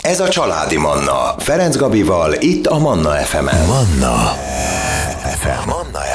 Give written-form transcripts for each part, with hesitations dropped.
Ez a Családi Manna. Ferenc Gabival, itt a Manna FM-en. Manna FM.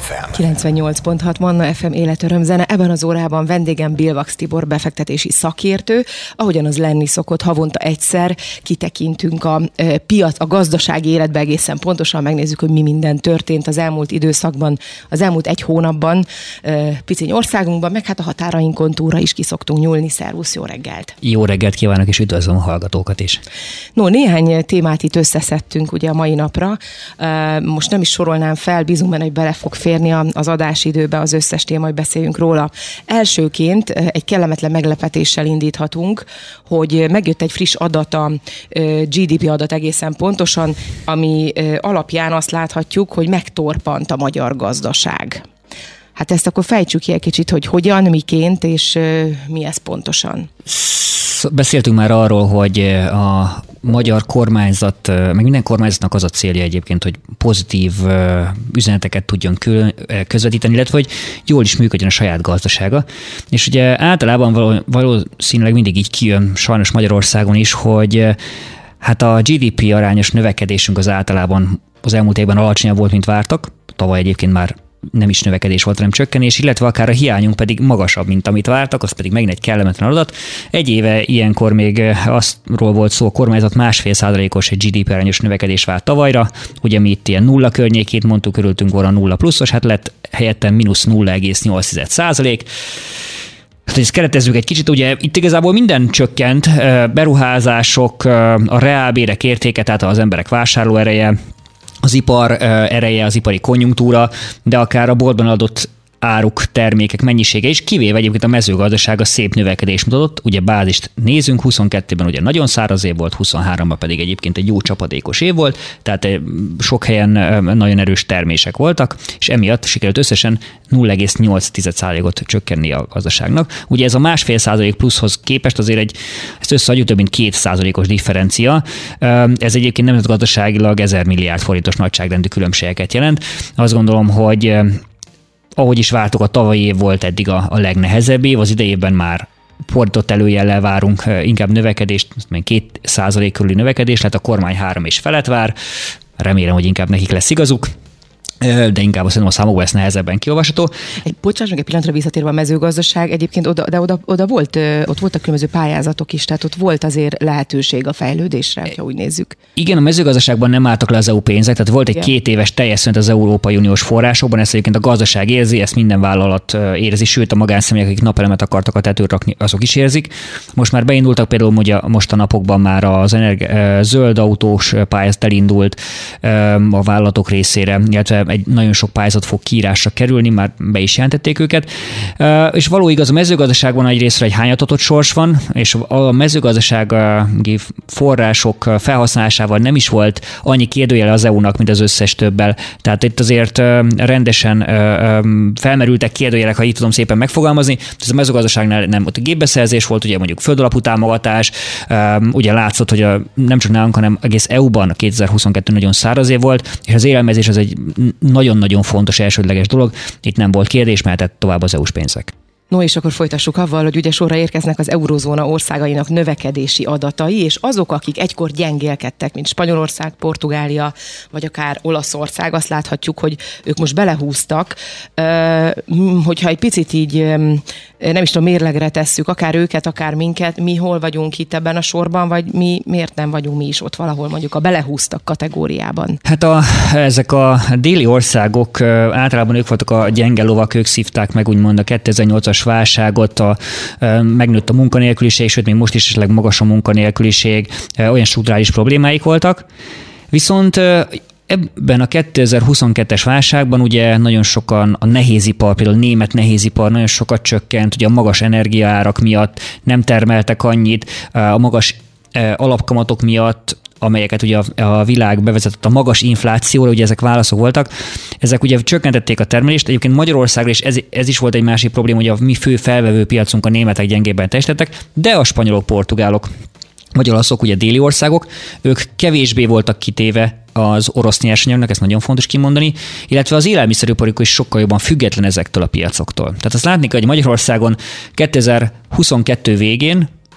98.6 Manna FM életörömzene. Ebben az órában vendégem Bilvax Tibor befektetési szakértő. Ahogyan az lenni szokott, havonta egyszer kitekintünk a piac, a gazdasági életbe egészen pontosan, megnézzük, hogy mi minden történt az elmúlt időszakban, az elmúlt egy hónapban piciny országunkban, meg hát a határainkon túlra is ki szoktunk nyúlni. Szervusz, jó reggelt! Jó reggelt kívánok, és üdvözlöm a hallgatókat is! No, néhány témát itt összeszedtünk ugye a mai napra. Most nem is sorolnám fel, bízunk benne, hogy bele fog férni az adásidőbe az összes téma, hogy beszéljünk róla. Elsőként egy kellemetlen meglepetéssel indíthatunk, hogy megjött egy friss adat, a GDP adat egészen pontosan, ami alapján azt láthatjuk, hogy megtorpant a magyar gazdaság. Hát ezt akkor fejtsük ki egy kicsit, hogy hogyan, miként, és mi ez pontosan. Beszéltünk már arról, hogy a magyar kormányzat, meg minden kormányzatnak az a célja egyébként, hogy pozitív üzeneteket tudjon közvetíteni, illetve hogy jól is működjön a saját gazdasága. És ugye általában valószínűleg mindig így kijön sajnos Magyarországon is, hogy hát a GDP arányos növekedésünk az általában az elmúlt évben alacsonyabb volt, mint vártak. Tavaly egyébként már nem is növekedés volt, hanem csökkenés, illetve akár a hiányunk pedig magasabb, mint amit vártak, az pedig megint egy kellemetlen adat. Egy éve ilyenkor még azról volt szó, a kormányzat 1,5%-os egy GDP arányos növekedés várt tavalyra, ugye mi itt ilyen nulla környékét mondtuk, körültünk volna nulla pluszos, hát lett helyette mínusz 0,8%. Hát, hogy ezt keretezzük egy kicsit, ugye itt igazából minden csökkent, beruházások, a reálbérek értéke, tehát az emberek vásárlóereje, az ipar ereje, az ipari konjunktúra, de akár a boltban adott áruk, termékek mennyisége is, kivéve egyébként a mezőgazdaság a szép növekedés mutatott. Ugye bázist nézünk, 22-ben ugye nagyon száraz év volt, 23-ban pedig egyébként egy jó csapadékos év volt, tehát sok helyen nagyon erős termések voltak, és emiatt sikerült összesen 0,8%-ot csökkenni a gazdaságnak. Ugye ez a 1,5% pluszhoz képest azért ezt összeadjuk több mint 2%-os differencia. Ez egyébként nemzetgazdaságilag 1000 milliárd forintos nagyságrendű különbségeket jelent. Azt gondolom, hogy ahogy is vártuk, a tavalyi év volt eddig a legnehezebb év, az idejében már fordított előjellel várunk inkább növekedést, 2% körüli növekedés, tehát a kormány 3 és felett vár, remélem, hogy inkább nekik lesz igazuk, de inkább azt mondom, a számokban ez nehezebben kiolvasható. Bocsáss meg egy pillanatra visszatérve a mezőgazdaság, egyébként oda volt, ott voltak különböző pályázatok is, tehát ott volt azért lehetőség a fejlődésre, ha úgy nézzük. Igen, a mezőgazdaságban nem álltak le az EU pénzek, tehát volt egy 2 éves teljes szünet az Európai Uniós forrásokban, ezt egyébként a gazdaság érzi, ezt minden vállalat érzi, sőt a magánszemélyek, akik napelemet akartak a tetőre rakni, azok is érzik. Most már beindultak például, ugye most a napokban már az zöld autós pályázat elindult a vállalatok részére, illetve egy nagyon sok pályázat fog kiírásra kerülni, már be is jelentették őket. És való igaz, a mezőgazdaságban egyrésztről egy hányatatott sors van, és a mezőgazdasági források felhasználásával nem is volt annyi kérdőjele az EU-nak, mint az összes többel. Tehát itt azért rendesen felmerültek kérdőjelek, ha így tudom szépen megfogalmazni. Ez a mezőgazdaságnál nem, ott a gépbeszerzés volt, ugye mondjuk földalapú támogatás, ugye látszott, hogy nem csak nálunk, hanem egész EU-ban 2022 nagyon száraz év volt, és az élelmezés az egy nagyon-nagyon fontos elsődleges dolog. Itt nem volt kérdés, mehetett tovább az EU-s pénzek. No, és akkor folytassuk avval, hogy ugye sorra érkeznek az eurózóna országainak növekedési adatai, és azok, akik egykor gyengélkedtek, mint Spanyolország, Portugália, vagy akár Olaszország, azt láthatjuk, hogy ők most belehúztak. Hogyha egy picit így, nem is tudom, mérlegre tesszük, akár őket, akár minket, mi hol vagyunk itt ebben a sorban, vagy mi miért nem vagyunk mi is ott valahol mondjuk a belehúztak kategóriában? Hát ezek a déli országok általában ők voltak a gyenge lovak, ők szívták meg úgymond a 2008-as válságot, megnőtt a munkanélküliség, sőt még most is esetleg magas a munkanélküliség, olyan strukturális problémáik voltak. Viszont ebben a 2022-es válságban ugye nagyon sokan a nehézipar, például a német nehézipar nagyon sokat csökkent, ugye a magas energiaárak miatt nem termeltek annyit, a magas alapkamatok miatt, amelyeket ugye a világ bevezetett a magas inflációra, ugye ezek válaszok voltak, ezek ugye csökkentették a termelést. Egyébként Magyarországra is ez is volt egy másik probléma, hogy a mi fő felvevő piacunk a németek gyengébben teljesítettek, de a spanyolok, portugálok, vagy olaszok, ugye déli országok, ők kevésbé voltak kitéve az orosz nyersanyagnak, ezt nagyon fontos kimondani, illetve az élelmiszeriparuk is sokkal jobban független ezektől a piacoktól. Tehát azt látni kell, hogy Magyarországon 2022 végén ugye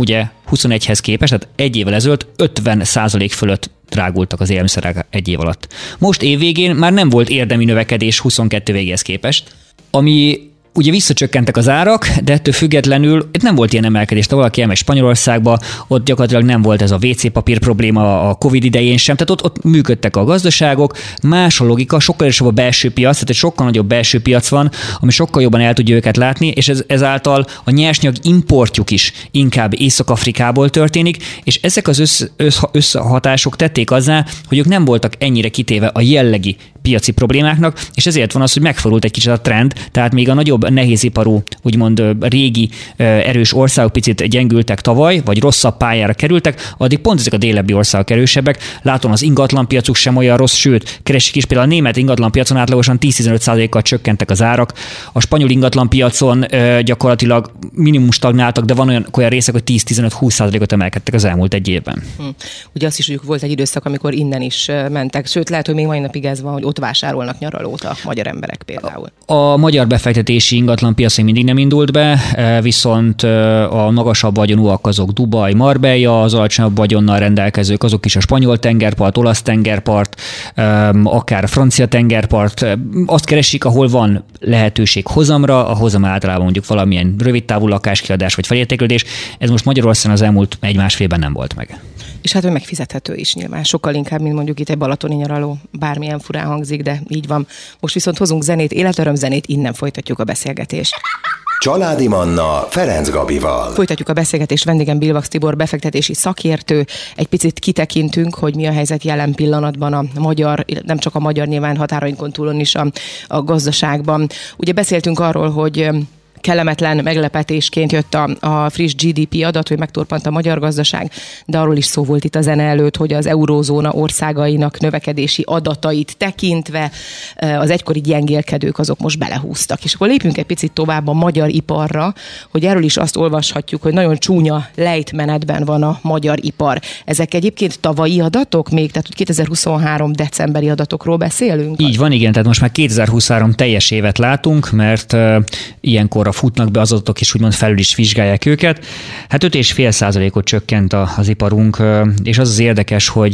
21-hez képest, tehát egy évvel ezelőtt 50% fölött drágultak az élelmiszerek egy év alatt. Most évvégén már nem volt érdemi növekedés 22 végéhez képest, ami ugye visszacsökkentek az árak, de ettől függetlenül itt nem volt ilyen emelkedés. Ha valaki elmegy Spanyolországba, ott gyakorlatilag nem volt ez a WC papír probléma a Covid idején sem, tehát ott működtek a gazdaságok, más a logika, sokkal erősebb a belső piac, tehát egy sokkal nagyobb belső piac van, ami sokkal jobban el tudja őket látni, és ezáltal a nyersanyag importjuk is inkább Észak-Afrikából történik, és ezek az összehatások tették azzá, hogy ők nem voltak ennyire kitéve a jellegi piaci problémáknak, és ezért van az, hogy megfordult egy kicsit a trend, tehát még a nagyobb nehéziparú, úgymond régi erős országok picit gyengültek tavaly, vagy rosszabb pályára kerültek, addig pont ezek a délebbi országok erősebbek. Látom, az ingatlanpiacuk sem olyan rossz, sőt, keresik is például a német ingatlanpiacon átlagosan 10-15%-kal csökkentek az árak. A spanyol ingatlanpiacon gyakorlatilag minimum stagnáltak, de van olyan részek, hogy 10-15-20%-ot emelkedtek az elmúlt egy évben. Ugye azt is, hogy volt egy időszak, amikor innen is mentek, sőt, lehet, hogy még mai napig ez van, hogy ott vásárolnak nyaralót a magyar emberek például. A magyar befektetési ingatlanpiac még mindig nem indult be, viszont a magasabb vagyonúak azok Dubaj, Marbella, az alacsonyabb vagyonnal rendelkezők azok is a spanyol tengerpart, olasz tengerpart, akár francia tengerpart. Azt keresik, ahol van lehetőség hozamra, a hozam általában mondjuk valamilyen rövidtávú lakáskiadás vagy felértékelődés. Ez most Magyarországon az elmúlt 1-1,5 évben nem volt meg. És hát, hogy megfizethető is nyilván. Sokkal inkább, mint mondjuk itt egy balatoni nyaraló. Bármilyen furán hangzik, de így van. Most viszont hozunk zenét, életöröm zenét, innen folytatjuk a beszélgetést. Családi Manna Ferenc Gabival. Folytatjuk a beszélgetést, vendégem Bilvax Tibor befektetési szakértő. Egy picit kitekintünk, hogy mi a helyzet jelen pillanatban a magyar, nem csak a magyar nyilván határainkon túlon is a gazdaságban. Ugye beszéltünk arról, hogy kellemetlen meglepetésként jött a friss GDP adat, hogy megtorpant a magyar gazdaság, de arról is szó volt itt a zene előtt, hogy az eurózóna országainak növekedési adatait tekintve az egykori gyengélkedők azok most belehúztak. És akkor lépjünk egy picit tovább a magyar iparra, hogy erről is azt olvashatjuk, hogy nagyon csúnya lejtmenetben van a magyar ipar. Ezek egyébként tavalyi adatok még, tehát 2023 decemberi adatokról beszélünk? Így van, igen, tehát most már 2023 teljes évet látunk, mert ilyenkor futnak be az adatok, és úgymond felül is vizsgálják őket. Hát 5,5%-ot csökkent az iparunk, és az érdekes, hogy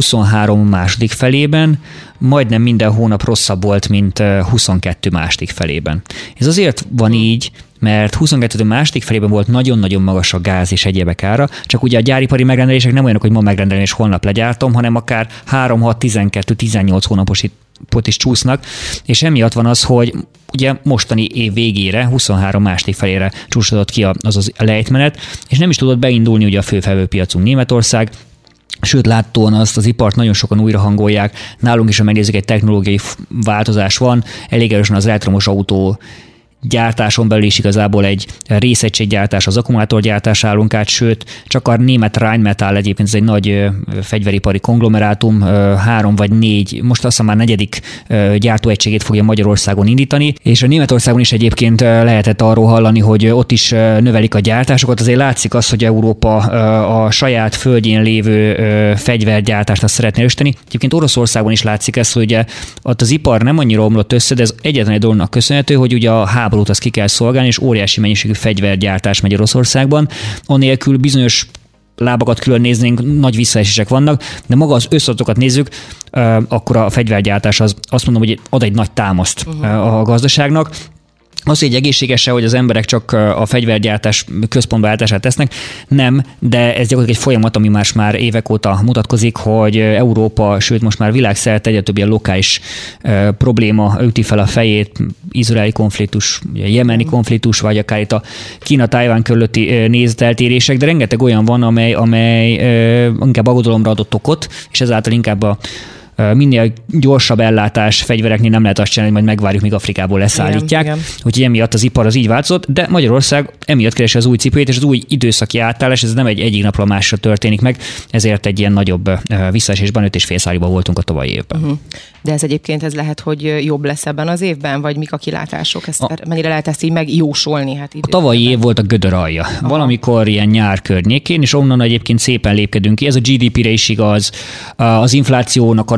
23 második felében majdnem minden hónap rosszabb volt, mint 22 második felében. Ez azért van így, mert 22 második felében volt nagyon-nagyon magas a gáz és egyébek ára, csak ugye a gyáripari megrendelések nem olyanok, hogy ma megrendelni és holnap legyártom, hanem akár 3, 6, 12, 18 hónapos pot is csúsznak, és emiatt van az, hogy ugye mostani év végére, 23 második felére csúsodott ki az a lejtmenet, és nem is tudott beindulni ugye a főfelvőpiacunk Németország, sőt, láttóan azt az ipart nagyon sokan újra hangolják. Nálunk is, ha megnézzük, egy technológiai változás van, elég erősen az elektromos autó gyártáson belül is igazából egy részegységgyártás, az akkumulátorgyártás állunk át, sőt, csak a német Rheinmetall egyébként, ez egy nagy fegyveripari konglomerátum, 3 vagy 4, most azt hiszem már 4. gyártóegységét fogja Magyarországon indítani, és a Németországon is egyébként lehetett arról hallani, hogy ott is növelik a gyártásokat, azért látszik az, hogy Európa a saját földjén lévő fegyvergyártást azt szeretné erősíteni. Egyébként Oroszországban is látszik ez, hogy ugye ott az ipar nem annyira omlott össze, de ez egyetlen egy dolognak köszönhető, hogy ugye a háborút azt ki kell szolgálni, és óriási mennyiségű fegyvergyártás megy Oroszországban. Annélkül bizonyos lábakat külön néznénk, nagy visszaesések vannak, de maga az összadatokat nézzük, akkor a fegyvergyártás az azt mondom, hogy ad egy nagy támaszt a gazdaságnak. Az, hogy egy egészséges, hogy az emberek csak a fegyvergyártás központba állítását tesznek, nem, de ez gyakorlatilag egy folyamat, ami már évek óta mutatkozik, hogy Európa, sőt most már világszerte egyre több ilyen lokális probléma üti fel a fejét, izraeli konfliktus, jemeni konfliktus, vagy akár itt a Kína-Tajván körülötti nézeteltérések, de rengeteg olyan van, amely inkább aggodalomra adott okot, és ezáltal inkább a minél gyorsabb ellátás fegyvereknél nem lehet azt csinálni, hogy majd megvárjuk, míg Afrikából leszállítják. Igen. Úgyhogy emiatt az ipar az így változott, de Magyarország emiatt keresi az új cipőjét, és az új időszaki átállás, ez nem egyik napról másra történik meg, ezért egy ilyen nagyobb visszaesésben 5,5%-ban voltunk a tavalyi évben. De ez egyébként ez lehet, hogy jobb lesz ebben az évben, vagy mik a kilátások? Mennyire lehet ezt így megjósolni? Hát a tavalyi év volt a gödör alja. Valamikor ilyen nyár környékén, és onnan egyébként szépen lépkedünk ki. Ez a GDP-re is igaz, az inflációnak a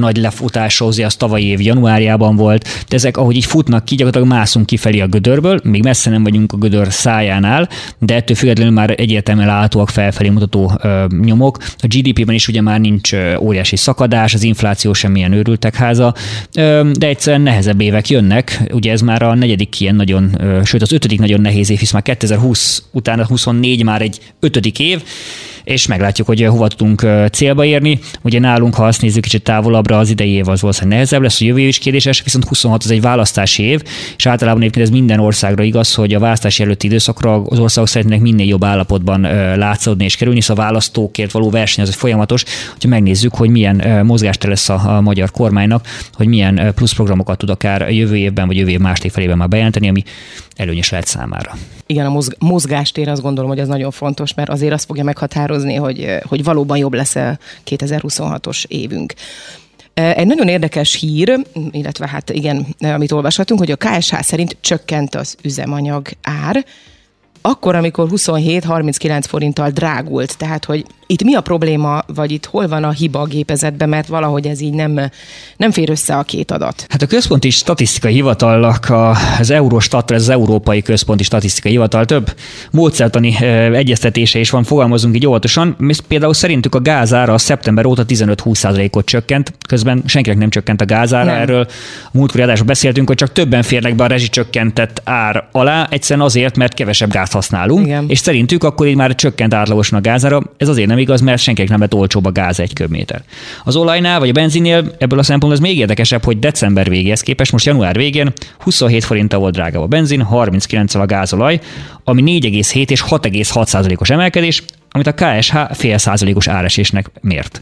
nagy lefutása, az tavalyi év januárjában volt, de ezek, ahogy így futnak ki, gyakorlatilag mászunk kifelé a gödörből, még messze nem vagyunk a gödör szájánál, de ettől függetlenül már egyértelműen láthatóak felfelé mutató nyomok. A GDP-ben is ugye már nincs óriási szakadás, az infláció semmilyen őrültek háza, de egyszerűen nehezebb évek jönnek. Ugye ez már a negyedik ilyen nagyon, sőt az ötödik nagyon nehéz év, hisz már 2020 után a 24 már egy ötödik év, és meglátjuk, hogy hova tudunk célba érni. Ugye nálunk, ha azt nézzük kicsit távolabbra, az idei év az valószínűleg nehezebb lesz, a jövő év is kérdéses, viszont 26 az egy választási év, és általában egyébként ez minden országra igaz, hogy a választási előtti időszakra az országok szeretnének minél jobb állapotban látszódni és kerülni, szóval a választókért való verseny az folyamatos, hogyha megnézzük, hogy milyen mozgástere lesz a magyar kormánynak, hogy milyen plusz programokat tud akár jövő évben vagy jövő év második felében már bejelenteni, ami előnyös lehet számára. Igen, a mozgástér, azt gondolom, hogy ez nagyon fontos, mert azért azt fogja meghatározni, hogy valóban jobb lesz a 2026-os évünk. Egy nagyon érdekes hír, illetve hát igen, amit olvashatunk, hogy a KSH szerint csökkent az üzemanyag ár, akkor, amikor 27-39 forinttal drágult. Tehát, hogy itt mi a probléma, vagy itt hol van a hiba a gépezetben, mert valahogy ez így nem fér össze a két adat. Hát a Központi Statisztikai Hivatalnak, az Eurostat, ez az Európai Központi Statisztikai Hivatal több módszertani egyeztetése is van, fogalmazunk így óvatosan. Például szerintük a gázára a szeptember óta 15-20%-ot csökkent, közben senkinek nem csökkent a gázára, erről a múltkori adásban beszéltünk, hogy csak többen férnek be a rezsicsökkentett ár alá, egyszerűen azért, mert kevesebb gázt használunk, igen. És szerintük akkor így már csökkent átlagosan a gázára. Ez azért nem igaz, mert senkinek nem lett olcsóbb a gáz egy köbméter. Az olajnál vagy a benzinnél ebből a szempontból ez még érdekesebb, hogy december végéhez képest most január végén 27 forinttal volt drágább a benzin, 39-el a gázolaj, ami 4,7 és 6,6%-os emelkedés, amit a KSH fél százalékos áresésnek mért.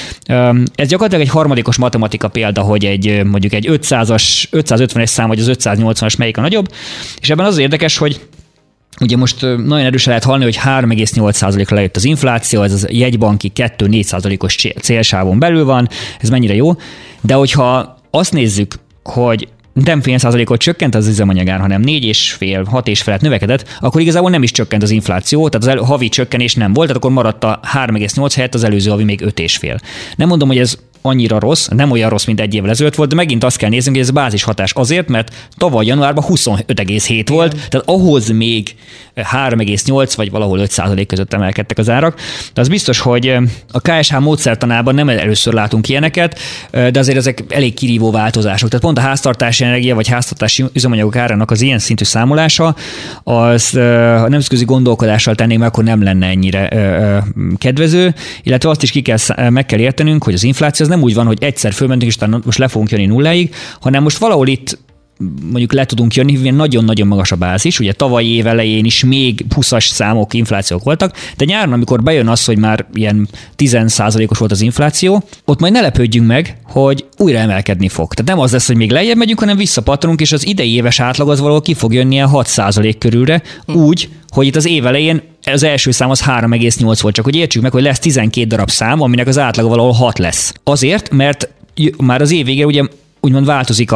Ez gyakorlatilag egy harmadikos matematika példa, hogy mondjuk egy 550-es szám vagy az 580-as melyik a nagyobb, és ebben az érdekes, hogy ugye most nagyon erősen lehet hallani, hogy 3,8%-ra lejött az infláció, ez az jegybanki 2-4%-os célsávon belül van, ez mennyire jó, de hogyha azt nézzük, hogy nem fél százalékot csökkent az üzemanyagár, hanem 4,5-6,5 növekedett, akkor igazából nem is csökkent az infláció, tehát az havi csökkenés nem volt, tehát akkor maradt a 3,8 helyett az előző havi még 5,5. Nem mondom, hogy ez annyira rossz, nem olyan rossz, mint egy évvel ezelőtt volt, de megint azt kell néznünk, hogy ez bázishatás azért, mert tavaly januárban 25,7 volt, tehát ahhoz még 3,8 vagy valahol 5% között emelkedtek az árak. De az biztos, hogy a KSH módszertanában nem először látunk ilyeneket, de azért ezek elég kirívó változások. Tehát pont a háztartási energia vagy háztartási üzemanyagok árának az ilyen szintű számolása, az a nemzetközi gondolkodással tennénk meg, akkor nem lenne ennyire kedvező, illetve azt is meg kell értenünk, hogy az infláció az nem úgy van, hogy egyszer fölmentünk, és most le fogunk jönni nulláig, hanem most valahol itt mondjuk le tudunk jönni, hogy nagyon-nagyon magas a bázis. Ugye tavalyi év elején is még 20-as számok, inflációk voltak, de nyáron, amikor bejön az, hogy már ilyen 10%-os volt az infláció, ott majd ne lepődjünk meg, hogy újra emelkedni fog. Tehát nem az lesz, hogy még lejjebb megyünk, hanem visszapattanunk, és az idei éves átlag az valahol ki fog jönni a 6% körülre, úgy, hogy itt az év elején az első szám az 3,8 volt, csak hogy értsük meg, hogy lesz 12 darab szám, aminek az átlaga valahol 6 lesz. Azért, mert már az év végére ugye úgymond változik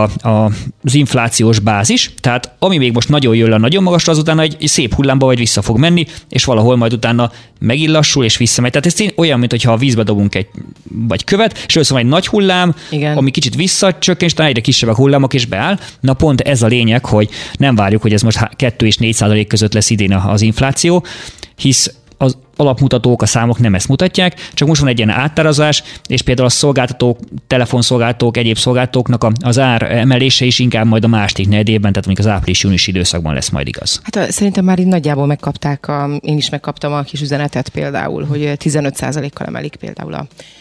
az inflációs bázis, tehát ami még most nagyon jön le nagyon magasra, az utána egy szép hullámba vagy vissza fog menni, és valahol majd utána megint lassul és visszamegy. Tehát ez olyan, mintha a vízbe dobunk vagy követ, és először van egy nagy hullám, igen, ami kicsit visszacsökken, és talán egyre kisebbek hullámok is beáll. Na pont ez a lényeg, hogy nem várjuk, hogy ez most 2 és 4% között lesz idén az infláció, hisz az alapmutatók, a számok nem ezt mutatják, csak most van egy ilyen áttárazás, és például a szolgáltatók, telefonszolgáltatók, egyéb szolgáltatóknak az ár emelése is inkább majd a második negyedében, tehát mondjuk az április-júniusi időszakban lesz majd igaz. Hát szerintem már így nagyjából megkapták, én is megkaptam a kis üzenetet például, hogy 15%-kal emelik például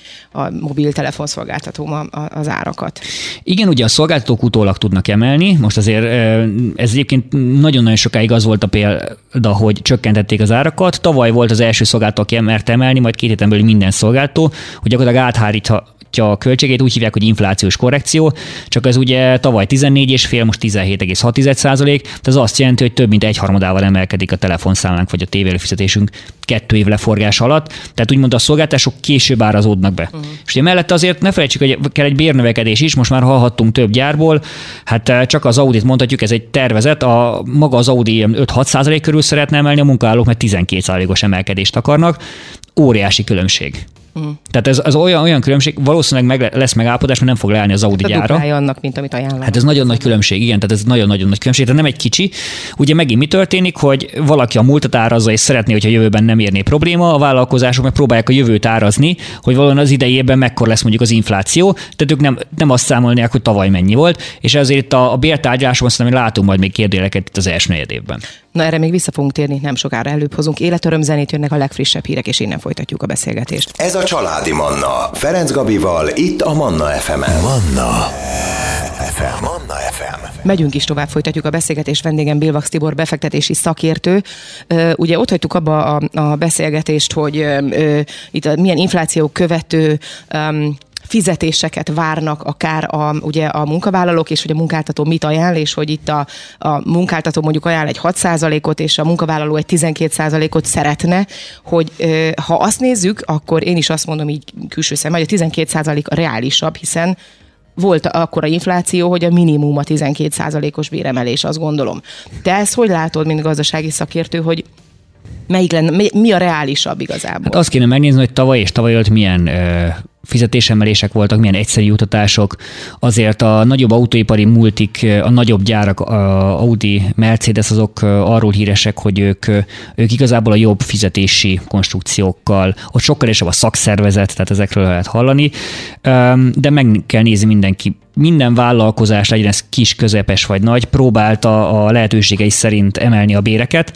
a mobiltelefonszolgáltató az árakat. Igen, ugye a szolgáltatók utólag tudnak emelni. Most azért ez egyébként nagyon-nagyon sokáig az volt a példa, hogy csökkentették az árakat. Tavaly volt az első szolgáltató, aki emelt emelni, majd 2 héten belül minden szolgáltató, hogy gyakorlatilag átháríthatja a költségét, úgy hívják, hogy inflációs korrekció, csak ez ugye tavaly 14,5, most 17,6%, tehát az azt jelenti, hogy több mint 1/3 emelkedik a telefonszámlánk vagy a tévélőfizetésünk 2 év leforgás alatt, tehát úgymond a szolgáltatások később árazódnak be. És ugye mellette azért ne felejtsük, hogy kell egy bérnövekedés is, most már hallhattunk több gyárból, hát csak az Audit mondhatjuk, ez egy tervezet, maga az Audi 5-6% körül szeretne emelni, a munkaállók mert 12%-os emelkedést akarnak, óriási különbség. Tehát ez olyan különbség, valószínűleg lesz megállapodás, mert nem fog leállni az Audi gyára. A annak, mint amit ajánlanak. Hát ez nagyon nagy különbség, igen, tehát ez nagyon-nagyon nagy különbség, tehát nem egy kicsi. Ugye megint mi történik, hogy valaki a múltat árazza, és szeretné, hogyha a jövőben nem érné probléma, a vállalkozások meg próbálják a jövőt árazni, hogy valóban az idejében mekkora lesz mondjuk az infláció, tehát ők nem azt számolják, hogy tavaly mennyi volt, és ezért itt a bértárgyalásban szerintem látunk majd még kérdéleket itt az első negyed évben. Na, erre még vissza fogunk térni, nem sokára előbb hozunk életörömzenét, jönnek a legfrissebb hírek, és innen folytatjuk a beszélgetést. Ez a Családi Manna, Ferenc Gabival, itt a Manna FM-en. Manna FM. Manna FM. Megyünk is tovább, folytatjuk a beszélgetést. Vendégem Bilvax Tibor, befektetési szakértő. Ugye ott hagytuk abba a beszélgetést, hogy itt milyen infláció követő fizetéseket várnak akár ugye a munkavállalók, és hogy a munkáltató mit ajánl, és hogy itt a munkáltató mondjuk ajánl egy 6%-ot, és a munkavállaló egy 12%-ot szeretne, hogy ha azt nézzük, akkor én is azt mondom így külső szemmel, hogy a 12% a reálisabb, hiszen volt akkora infláció, hogy a minimum a 12%-os béremelés, azt gondolom. Te ezt hogy látod, mint gazdasági szakértő, hogy melyik lenne, mi a reálisabb igazából? Hát azt kéne megnézni, hogy tavaly és tavaly előtt milyen fizetésemelések voltak, milyen egyszerű jutatások. Azért a nagyobb autóipari multik, a nagyobb gyárak, a Audi, Mercedes, azok arról híresek, hogy ők igazából a jobb fizetési konstrukciókkal, ott sokkal erősebb a szakszervezet, tehát ezekről lehet hallani, de meg kell nézni minden vállalkozás, legyen ez kis, közepes vagy nagy, próbálta a lehetőségei szerint emelni a béreket,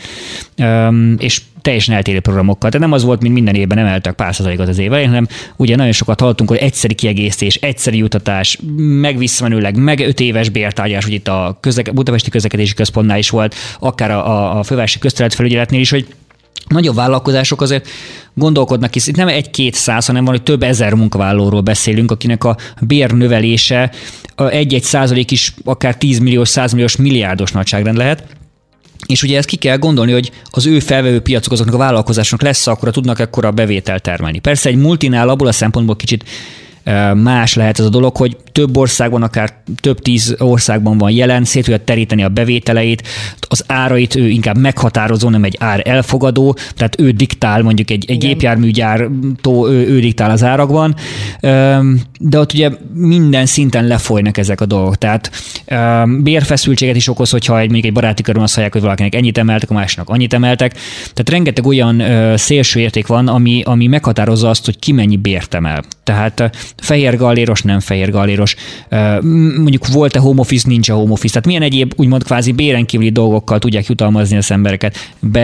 és teljesen eltérő programokkal. Tehát nem az volt, mint minden évben emeltek pár százalékot az év elején, hanem ugye nagyon sokat hallottunk, hogy egyszeri kiegészítés, egyszeri jutatás, meg visszamenőleg, meg 5 éves bértárgyalás, hogy itt a Budapesti Közlekedési Központnál is volt, akár a Fővárosi Közterületfelügyeletnél is, hogy nagyobb vállalkozások azért gondolkodnak, hisz itt nem 1-200, hanem van, hogy több ezer munkavállalóról beszélünk, akinek a bérnövelése 1% is akár 10 milliós, 100 milliós, milliárdos nagyságrend lehet. És ugye ezt ki kell gondolni, hogy az ő felvevő piacok, azoknak a vállalkozásoknak lesz, akkor tudnak ekkora bevételt termelni. Persze egy multinál abból a szempontból kicsit más lehet ez a dolog, hogy több országban, akár több 10 országban van jelen, szét tudja teríteni a bevételeit, az árait ő inkább meghatározó, nem egy ár elfogadó, tehát ő diktál, mondjuk egy gépjárműgyártó, ő diktál az árakban, de ott ugye minden szinten lefolynak ezek a dolgok, tehát bérfeszültséget is okoz, hogyha mondjuk egy baráti körben azt hallják, hogy valakinek ennyit emeltek, a másiknak annyit emeltek, tehát rengeteg olyan szélső érték van, ami meghatározza azt, hogy ki mennyi bért emel. Tehát fehér galléros, nem fehér galléros, mondjuk volt-e home office, nincs a home office, tehát milyen egyéb úgymond kvázi béren kívüli dolgokkal tudják jutalmazni az embereket,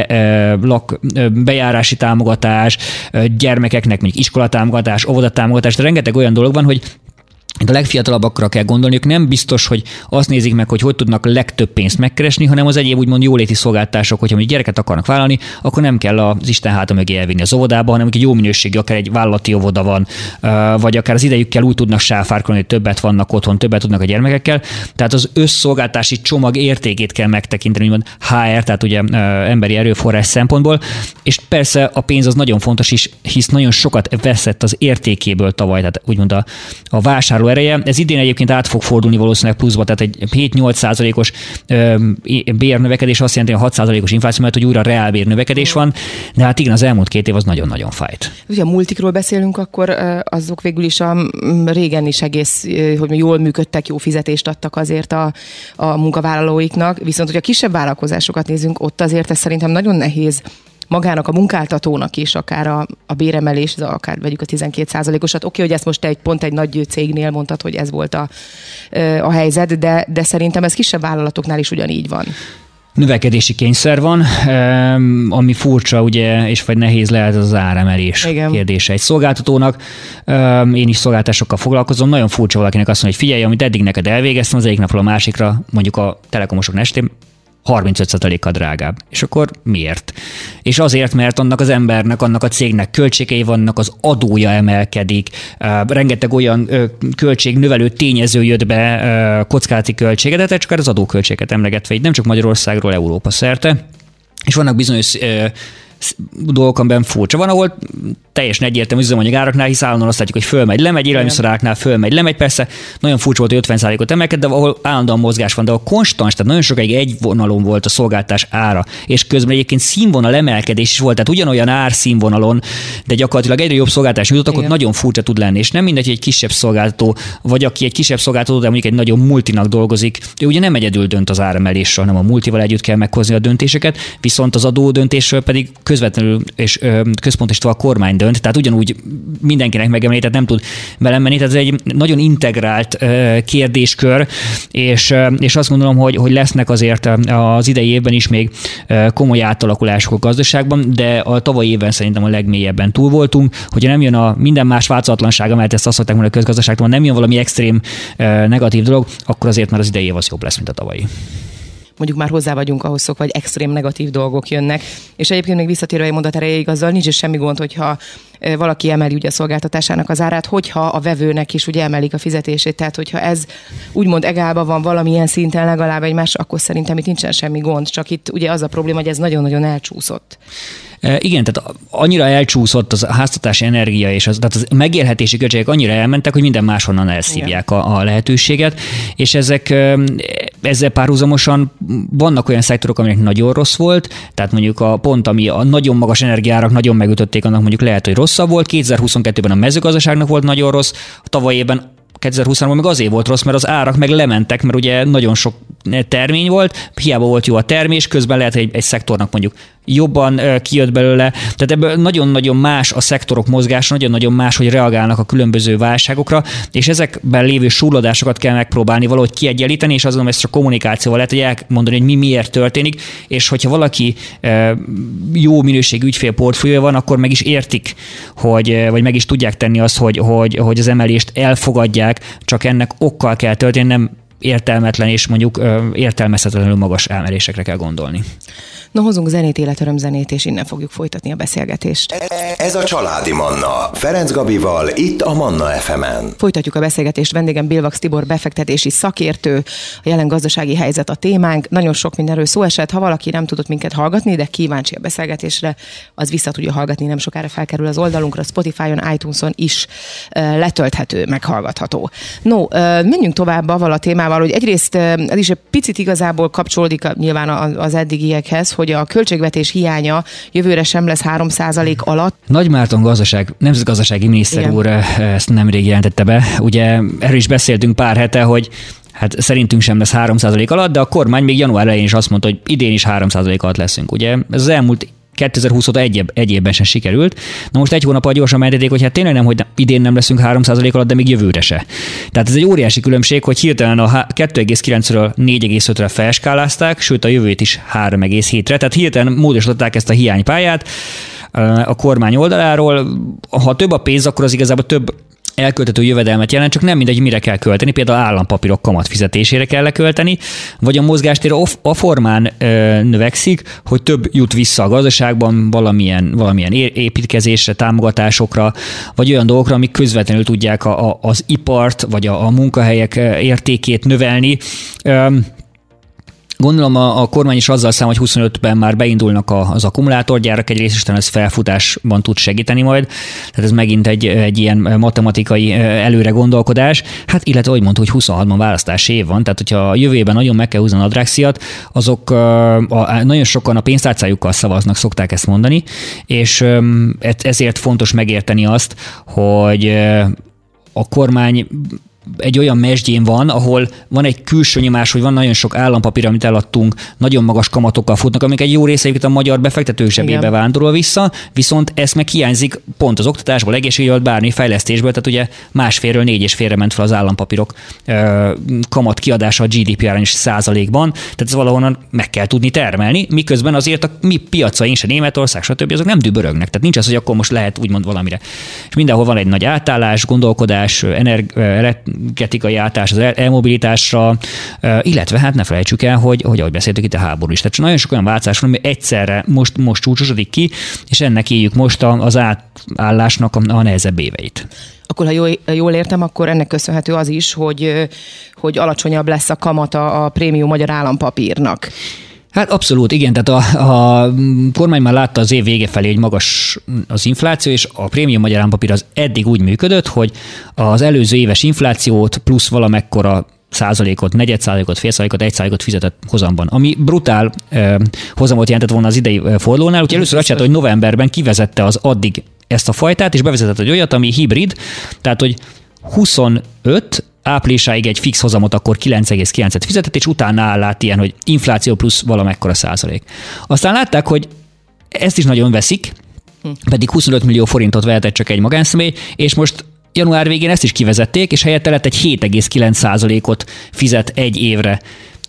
bejárási támogatás, gyermekeknek mondjuk iskolatámogatás, óvodatámogatás, tehát rengeteg olyan dolog van, hogy a legfiatalabbakra kell gondolniuk, nem biztos, hogy azt nézik meg, hogy tudnak legtöbb pénzt megkeresni, hanem az egyéb úgymond jóléti szolgáltások, hogyha mondjuk gyereket akarnak vállalni, akkor nem kell az Isten háta mögé elvinni az óvodába, hanem egy jó minőségű, akár egy vállalati óvoda van, vagy akár az idejükkel úgy tudnak sáfárkolni, hogy többet vannak otthon, többet tudnak a gyermekekkel. Tehát az összszolgáltási csomag értékét kell megtekinteni, úgymond HR, tehát ugye emberi erőforrás szempontból, és persze a pénz az nagyon fontos is, hisz nagyon sokat veszett az értékéből tavaly, tehát úgymond a vásárló ereje. Ez idén egyébként át fog fordulni valószínűleg pluszba, tehát egy 7-8%-os bérnövekedés azt jelenti, hogy a 6%-os infláció mellett, hogy újra reálbérnövekedés van, de hát igen, az elmúlt 2 év az nagyon-nagyon fájt. Ugye a multikról beszélünk, akkor azok végül is régen is egész, hogy jól működtek, jó fizetést adtak azért a munkavállalóiknak, viszont hogyha kisebb vállalkozásokat nézünk, ott azért ez szerintem nagyon nehéz magának a munkáltatónak is, akár a béremelés, akár vegyük a 12%-osat. Oké, hogy ezt most pont egy nagy cégnél mondtad, hogy ez volt a helyzet, de szerintem ez kisebb vállalatoknál is ugyanígy van. Növekedési kényszer van, ami furcsa, ugye, és vagy nehéz lehet az áremelés kérdése egy szolgáltatónak. Én is szolgáltásokkal foglalkozom, nagyon furcsa valakinek azt mondja, hogy figyelj, amit eddig neked elvégeztem, az egyik napról a másikra, mondjuk a telekomosok estén 35%-kal drágább. És akkor miért? És azért, mert annak az embernek, annak a cégnek költségei vannak, az adója emelkedik, rengeteg olyan költségnövelő tényező jött be, kockázati költséget, de csak az adóköltséget emlegetve, így nem csak Magyarországról, Európa szerte. És vannak bizonyos dolgok, amiben furcsa. Van, ahol teljesen egyértelmű üzemanyagáraknál, hisz állandóan azt látjuk, hogy fölmegy, lemegy, élelmiszeráraknál fölmegy, lemegy. Persze nagyon furcsa volt, hogy 50%-ot emelkedett, de ahol állandóan mozgás van, de a konstans, tehát nagyon sokáig egy vonalon volt a szolgáltatás ára, és közben egyébként színvonal emelkedés is volt, tehát ugyanolyan árszínvonalon, de gyakorlatilag egyre jobb szolgáltatás nyújtottak, ott nagyon furcsa tud lenni, és nem mindegy, hogy egy kisebb szolgáltató, vagy aki egy kisebb szolgáltató, de mondjuk egy nagyon multinak dolgozik, ő ugye nem egyedül dönt az áremelésről, hanem a multival együtt kell meghozni a döntéseket, viszont az adó döntésről pedig közvetlenül és központosítva a kormány dönt, tehát ugyanúgy mindenkinek megemelni, tehát nem tud belemenni, tehát ez egy nagyon integrált kérdéskör, és azt gondolom, hogy lesznek azért az idei évben is még komoly átalakulások a gazdaságban, de a tavalyi évben szerintem a legmélyebben túl voltunk, hogyha nem jön a minden más változatlansága, mert ezt azt szokták mondani a közgazdaságban, nem jön valami extrém negatív dolog, akkor azért már az idei év az jobb lesz, mint a tavalyi. Mondjuk már hozzá vagyunk ahhoz szokva, hogy extrém negatív dolgok jönnek. És egyébként még visszatérve egy mondat erejéig, azzal nincs is semmi gond, hogyha valaki emeli ugye a szolgáltatásának az árát, hogyha a vevőnek is ugye emelik a fizetését. Tehát, hogyha ez úgymond egálban van valamilyen szinten legalább egymás, akkor szerintem itt nincsen semmi gond. Csak itt ugye az a probléma, hogy ez nagyon-nagyon elcsúszott. Igen, tehát annyira elcsúszott az a háztartási energia, és tehát az megélhetési költségek annyira elmentek, hogy minden máshonnan elszívják a lehetőséget, és ezzel párhuzamosan vannak olyan szektorok, aminek nagyon rossz volt, tehát mondjuk pont ami a nagyon magas energiárak nagyon megütötték, annak mondjuk lehet, hogy rosszabb volt. 2022-ben a mezőgazdaságnak volt nagyon rossz, a tavaly évben 2023-ban meg azért volt rossz, mert az árak meg lementek, mert ugye nagyon sok termény volt, hiába volt jó a termés, közben lehet, hogy egy szektornak mondjuk jobban kijött belőle. Tehát ebből nagyon-nagyon más a szektorok mozgása, nagyon-nagyon más, hogy reagálnak a különböző válságokra, és ezekben lévő súrladásokat kell megpróbálni valahogy kiegyenlíteni, és azon ezt a kommunikációval lehet, hogy elmondani, hogy mi miért történik, és hogyha valaki jó minőségű ügyfélportfóliója van, akkor meg is értik, vagy meg is tudják tenni azt, hogy az emelést elfogadják, csak ennek okkal kell történni, nem értelmetlen és mondjuk értelmezhetetlenül magas emelésekre kell gondolni. Na, hozunk zenét, életörömzenét, és innen fogjuk folytatni a beszélgetést. Ez a Családi Manna. Ferenc Gabival, itt a Manna FM-en. Folytatjuk a beszélgetést. Vendégem Bilvax Tibor befektetési szakértő, a jelen gazdasági helyzet a témánk. Nagyon sok mindenről szó esett. Ha valaki nem tudott minket hallgatni, de kíváncsi a beszélgetésre, az vissza tudja hallgatni, nem sokára felkerül az oldalunkra, Spotify-on, iTunes-on is letölthető, meghallgatható. No, menjünk tovább avval a témával, hogy egyrészt ez is egy picit igazából kapcsolódik nyilván az eddigiekhez, hogy a költségvetés hiánya jövőre sem lesz 3% alatt. Nagy Márton nemzetgazdasági miniszter úr ezt nemrég jelentette be. Ugye erről is beszéltünk pár hete, hogy hát szerintünk sem lesz 3% alatt, de a kormány még január elején is azt mondta, hogy idén is 3% alatt leszünk. Ugye ez az elmúlt 2020 óta egy évben sem sikerült. Na most egy hónappal gyorsan mentették, hogy hát tényleg nem, hogy idén nem leszünk 3% alatt, de még jövőre se. Tehát ez egy óriási különbség, hogy hirtelen a 2,9-ről 4,5-re felskálázták, sőt a jövőt is 3,7-re. Tehát hirtelen módosították ezt a hiánypályát a kormány oldaláról. Ha több a pénz, akkor az igazából több elköltető jövedelmet jelent, csak nem mindegy, mire kell költeni, például állampapírok kamatfizetésére kell lekölteni, vagy a mozgástér a formán növekszik, hogy több jut vissza a gazdaságban valamilyen építkezésre, támogatásokra, vagy olyan dolgokra, amik közvetlenül tudják az ipart, vagy a munkahelyek értékét növelni. Gondolom a kormány is azzal számol, hogy 25-ben már beindulnak az akkumulátorgyárak, egyrészt Isten ez felfutásban tud segíteni majd. Tehát ez megint egy ilyen matematikai előre gondolkodás. Hát illetve úgy mondta, hogy 26-ban választási év van, tehát hogyha a jövőben nagyon meg kell húzni a nadrágsziat, azok nagyon sokan a pénztárcájukkal szavaznak, szokták ezt mondani, és ezért fontos megérteni azt, hogy a kormány egy olyan mesdjén van, ahol van egy külső nyomás, hogy van nagyon sok állampapír, amit eladtunk, nagyon magas kamatokkal futnak, amik egy jó része a magyar befektetők zsebébe vándorol vissza, viszont ez meg hiányzik pont az oktatásból, egészségügyből, bármi fejlesztésből, tehát ugye 1,5-ről 4,5-re ment fel az állampapírok kamat kiadása a GDP arány is %-ban, tehát ez valahonnan meg kell tudni termelni, miközben azért a mi piacaink, se Németország, stb. Azok nem dübörögnek, tehát nincs az, hogy akkor most lehet úgymond valamire. És mindenhol van egy nagy átállás, gondolkodás, energetikai átállás az elmobilitásra, illetve hát ne felejtsük el, hogy ahogy beszéltük itt a háború is. Tehát nagyon sok olyan változás van, ami egyszerre most csúcsosodik ki, és ennek éljük most az átállásnak a nehezebb éveit. Akkor, ha jól értem, akkor ennek köszönhető az is, hogy alacsonyabb lesz a kamata a prémium magyar állampapírnak. Hát abszolút, igen, tehát a kormány már látta az év vége felé, hogy magas az infláció, és a prémium magyar állampapír az eddig úgy működött, hogy az előző éves inflációt plusz valamekkora százalékot, negyed százalékot, fél százalékot, 1% fizetett hozamban, ami brutál hozamot jelentett volna az idei fordulónál, úgyhogy először azt csinálta, hogy novemberben kivezette az addig ezt a fajtát, és bevezetett egy olyat, ami hibrid, tehát hogy 25 áprilisáig egy fix hozamot akkor 9,9-et fizetett, és utána áll át ilyen, hogy infláció plusz valamekkora százalék. Aztán látták, hogy ezt is nagyon veszik, pedig 25 millió forintot vehetett csak egy magánszemély, és most január végén ezt is kivezették, és helyette lett egy 7,9%-ot fizet egy évre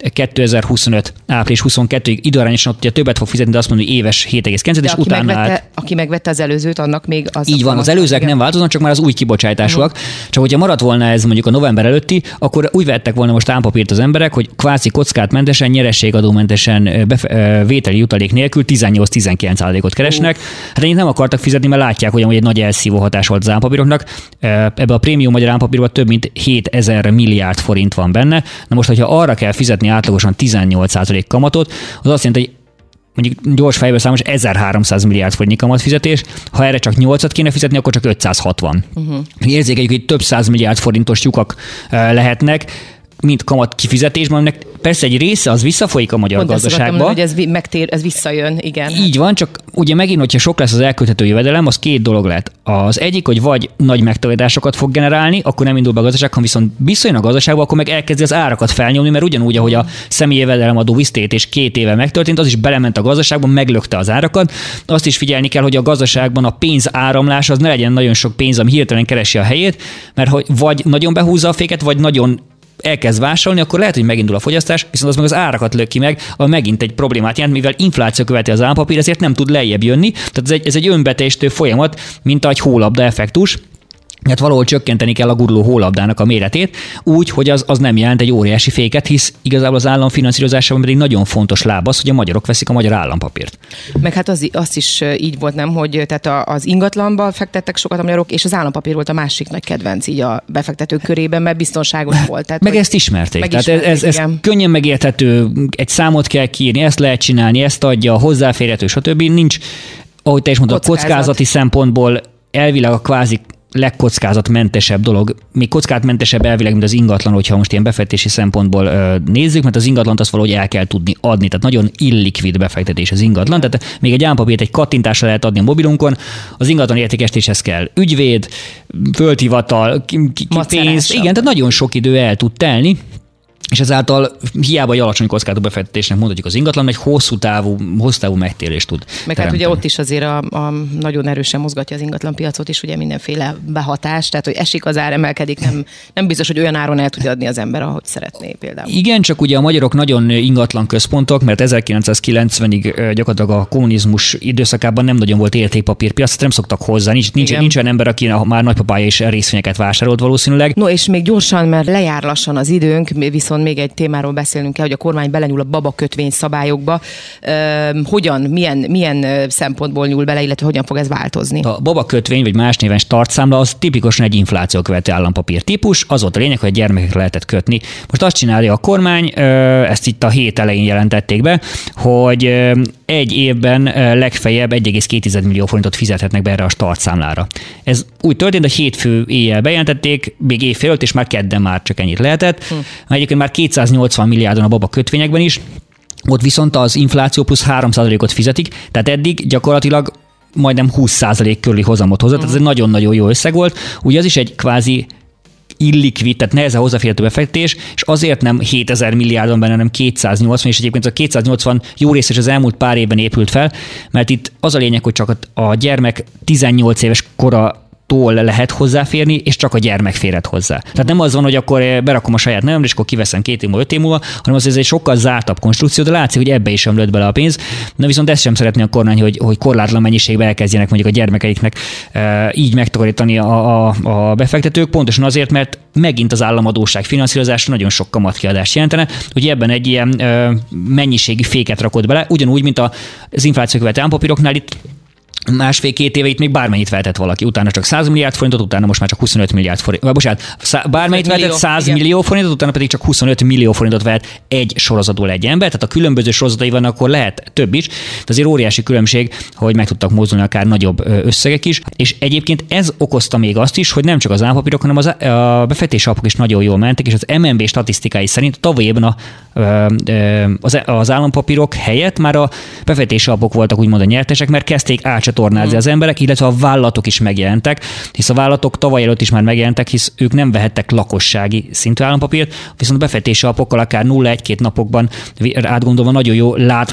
2025. április 22-ig időarányosan ott ugye többet fog fizetni, de azt mondja, hogy éves 7,9, és utána aki megvette az előzőt, annak még az... Így van, az előzőek nem változnak, csak már az új kibocsátásúak. Csak hogyha maradt volna ez mondjuk a november előtti, akkor úgy vettek volna most állampapírt az emberek, hogy kvázi kockátmentesen, nyerességadómentesen, vételi jutalék nélkül 18-19%-ot keresnek. Hát ennyit nem akartak fizetni, mert látják, hogy egy nagy elszívó hatás volt az állampapíroknak. Ebbe a prémium magyar állampapírban több mint 7000 milliárd forint van benne. Na most, hogyha arra kell fizetni átlagosan 18% kamatot, az azt jelenti, hogy mondjuk gyors fejből számos 1300 milliárd forintnyi kamatfizetés, ha erre csak 8-at kéne fizetni, akkor csak 560. Érzékeljük, hogy több 100 milliárd forintos lyukak lehetnek, mint kamat kifizetésben, aminek persze egy része az visszafolyik a magyar gazdaságba. Hogy ez visszajön, igen. Így van, csak ugye megint, hogyha sok lesz az elkölthető jövedelem, az két dolog lehet. Az egyik, hogy vagy nagy megtakarításokat fog generálni, akkor nem indul be a gazdaság, ha viszont visszajön a gazdaságba, akkor meg elkezdi az árakat felnyomni, mert ugyanúgy, ahogy a személyi jövedelemadó visszatérítés 2 éve megtörtént, az is belement a gazdaságba, meglökte az árakat. Azt is figyelni kell, hogy a gazdaságban a pénz áramlás az ne legyen nagyon sok pénz, ami hirtelen keresi a helyét, mert hogy vagy nagyon behúzza a féket, vagy nagyon elkezd vásárolni, akkor lehet, hogy megindul a fogyasztás, viszont az meg az árakat lök ki meg, ami megint egy problémát jelent, mivel infláció követi az állampapír, ezért nem tud lejjebb jönni. Tehát ez egy önbeteljesítő folyamat, mint egy hólabda effektus. Hát valahol csökkenteni kell a guruló hólabdának a méretét, úgy, hogy az nem jelent egy óriási féket, hisz igazából az állam finanszírozásában pedig nagyon fontos láb az, hogy a magyarok veszik a magyar állampapírt. Meg hát az is így volt, nem, hogy tehát az ingatlanba fektettek sokat a magyarok, és az állampapír volt a másik nagy kedvenc így a befektetők körében, mert biztonságos volt. Tehát, meg ezt ismerték. Tehát ez könnyen megérthető, egy számot kell kiírni, ezt lehet csinálni, ezt adja, hozzáférhető, stb. Nincs, ahogy te is mondtad, kockázati szempontból elvileg a kvázi legkockázatmentesebb dolog, még kockázatmentesebb elvileg, mint az ingatlan, hogyha most ilyen befektetési szempontból nézzük, mert az ingatlant azt valahogy el kell tudni adni, tehát nagyon illikvid befektetés az ingatlan, tehát még egy állampapírt egy kattintásra lehet adni a mobilunkon, az ingatlan értékesítéshez kell ügyvéd, földhivatal, pénz, igen, tehát nagyon sok idő el tud telni, és ezáltal hiába egy alacsony kockázatú befektetésnek mondhatjuk az ingatlan, egy hosszú távú megtérést tud meg teremteni. Hát ugye ott is azért a nagyon erősen mozgatja az ingatlan piacot is, ugye mindenféle behatás, tehát hogy esik az ár, emelkedik, nem biztos, hogy olyan áron el tudja adni az ember, ahogy szeretné például. Igen, csak ugye a magyarok nagyon ingatlan központok, mert 1990-ig gyakorlatilag a kommunizmus időszakában nem nagyon volt értékpapírpiac, nem szoktak hozzá, nincs olyan ember, aki már nagypapája is részvényeket vásárolt valószínűleg. No, és még gyorsan, mert lejár lassan az időnk, viszont még egy témáról beszélnünk kell, hogy a kormány belenyúl a babakötvény szabályokba. Hogyan, milyen szempontból nyúl bele, illetve hogyan fog ez változni? A babakötvény, vagy más néven startszámla, az tipikusan egy infláció követő állampapír típus. Az volt a lényeg, hogy a gyermekekre lehetett kötni. Most azt csinálja a kormány, ezt itt a hét elején jelentették be, hogy egy évben legfeljebb 1,2 millió forintot fizethetnek be erre a startszámlára. Ez úgy történt, hogy hétfő éjjel bejelentették, még évfél és már kedden már csak ennyit lehetett. Egyébként már 280 milliárdon a baba kötvényekben is, ott viszont az infláció plusz 3%-ot fizetik, tehát eddig gyakorlatilag majdnem 20% körüli hozamot hozott, tehát ez egy nagyon-nagyon jó összeg volt. Ugye az is egy kvázi illikvid, tehát nehezen hozzáférhető befektetés, és azért nem 7000 milliárdon benne, hanem 280, és egyébként a 280 jó rész az elmúlt pár évben épült fel, mert itt az a lényeg, hogy csak a gyermek 18 éves kora lehet hozzáférni, és csak a gyermek férhet hozzá. Tehát nem az van, hogy akkor berakom a saját nevemre, és akkor kiveszem 2 év múlva, 5 év múlva, hanem az ez egy sokkal zártabb konstrukció, de látszik, hogy ebbe is ömlött bele a pénz. Na viszont ezt sem szeretné a kormány, hogy korlátlan mennyiségbe elkezdjenek mondjuk a gyermekeiknek így megtakarítani a befektetők, pontosan azért, mert megint az államadósság finanszírozása nagyon sok kamatkiadást jelentene, hogy ebben egy ilyen mennyiségi féket rakott bele, ugyanúgy, mint az infláció követő állampapíroknál itt 1,5-2 éve itt még bármennyit vehetett valaki. Utána csak 100 milliárd forintot, utána most már csak 25 milliárd forint. Bocsánat, bármennyit vehetett 100 millió forintot, utána pedig csak 25 millió forintot vehet egy sorozatból egy ember. Tehát a különböző sorozatai vannak, akkor lehet több is. De azért óriási különbség, hogy meg tudtak mozdulni akár nagyobb összegek is. És egyébként ez okozta még azt is, hogy nem csak az állampapírok, hanem a befektetési alapok is nagyon jól mentek, és az MNB statisztikái szerint tavaly évben az állampapírok helyett már a befektetési alapok voltak úgymond a nyertesek, mert kezdték átcsatornázni az emberek, illetve a vállalatok is megjelentek, hisz a vállalatok tavaly előtt is már megjelentek, hisz ők nem vehettek lakossági szintű állampapírt, viszont a befektetési alapokkal akár 0-1-2 napokban átgondolva nagyon jó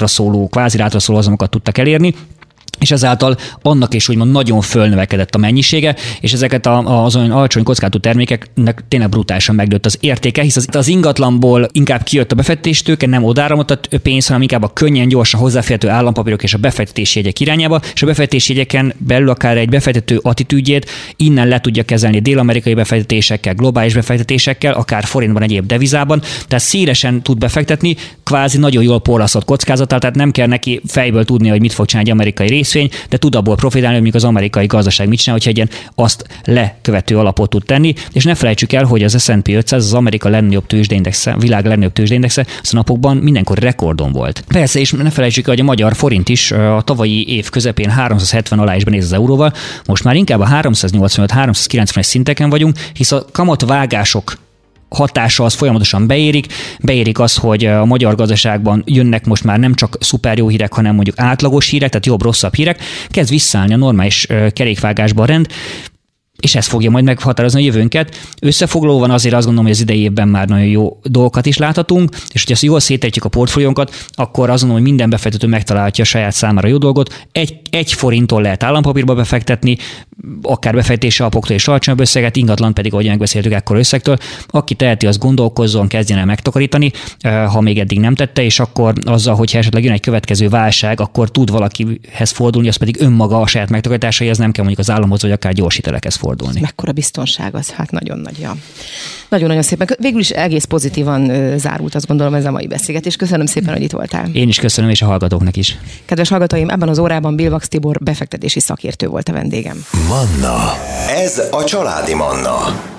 kvázi látraszóló hozamokat tudtak elérni, és ezáltal annak is úgymond nagyon fölnövekedett a mennyisége, és ezeket az olyan alacsony kockázatú termékeknek tényleg brutálisan megnőtt az értéke, hisz az ingatlanból inkább kijött a befektetéstőke, nem odáramlott a pénz, hanem inkább a könnyen, gyorsan hozzáférhető állampapírok és a befektetési jegyek irányába, és a befektetési jegyeken belül akár egy befektető attitűdjét innen le tudja kezelni dél-amerikai befektetésekkel, globális befektetésekkel, akár forintban, egyéb devizában, tehát szélesen tud befektetni, kvázi nagyon jól porraszott kockázattal, tehát nem kell neki fejből tudni, hogy mit fog csinálni egy amerikai részvény, de tud abból profitálni, hogy az amerikai gazdaság mit csinál, hogyha egy ilyen azt lekövető alapot tud tenni, és ne felejtsük el, hogy az S&P 500, az Amerika legnagyobb tőzsdeindexe, világ legnagyobb tőzsdeindexe, az a napokban mindenkor rekordon volt. Persze, és ne felejtsük el, hogy a magyar forint is a tavalyi év közepén 370 alá is benéz az euróval, most már inkább a 385-390-es szinteken vagyunk, hisz a kamatvágások hatása az folyamatosan beérik az, hogy a magyar gazdaságban jönnek most már nem csak szuper jó hírek, hanem mondjuk átlagos hírek, tehát jobb-rosszabb hírek, kezd visszaállni a normális kerékvágásba a rend, és ez fogja majd meghatározni a jövőnket. Összefoglalóan azért azt gondolom, hogy az idei évben már nagyon jó dolgokat is láthatunk, és hogyha jól szétejtjük a portfóliónkat, akkor azt gondolom, hogy minden befektető megtalálhatja a saját számára jó dolgot. Egy forinttól lehet állampapírba befektetni, akár befektetési alapoktól és alacsonyabb összeget, ingatlan pedig, ahogy megbeszéltük, ekkor összegtől. Aki teheti, az gondolkozzon, kezdjen el megtakarítani, ha még eddig nem tette, és akkor azzal, hogyha esetleg jön egy következő válság, akkor tud valakihez fordulni, az pedig önmaga a saját megtakarításaihoz, nem kell mondjuk az államhoz, vagy akár gyors hitelekhez fordulni. Mekkora biztonság az, hát nagyon nagy. Ja. Nagyon-nagyon szépen. Végül is egész pozitívan zárult, azt gondolom, ez a mai beszélgetés. Köszönöm szépen, hogy itt voltál. Én is köszönöm, és a hallgatóknak is. Kedves hallgatóim, ebben az órában Bilvax Tibor befektetési szakértő volt a vendégem. Manna. Ez a családi Manna.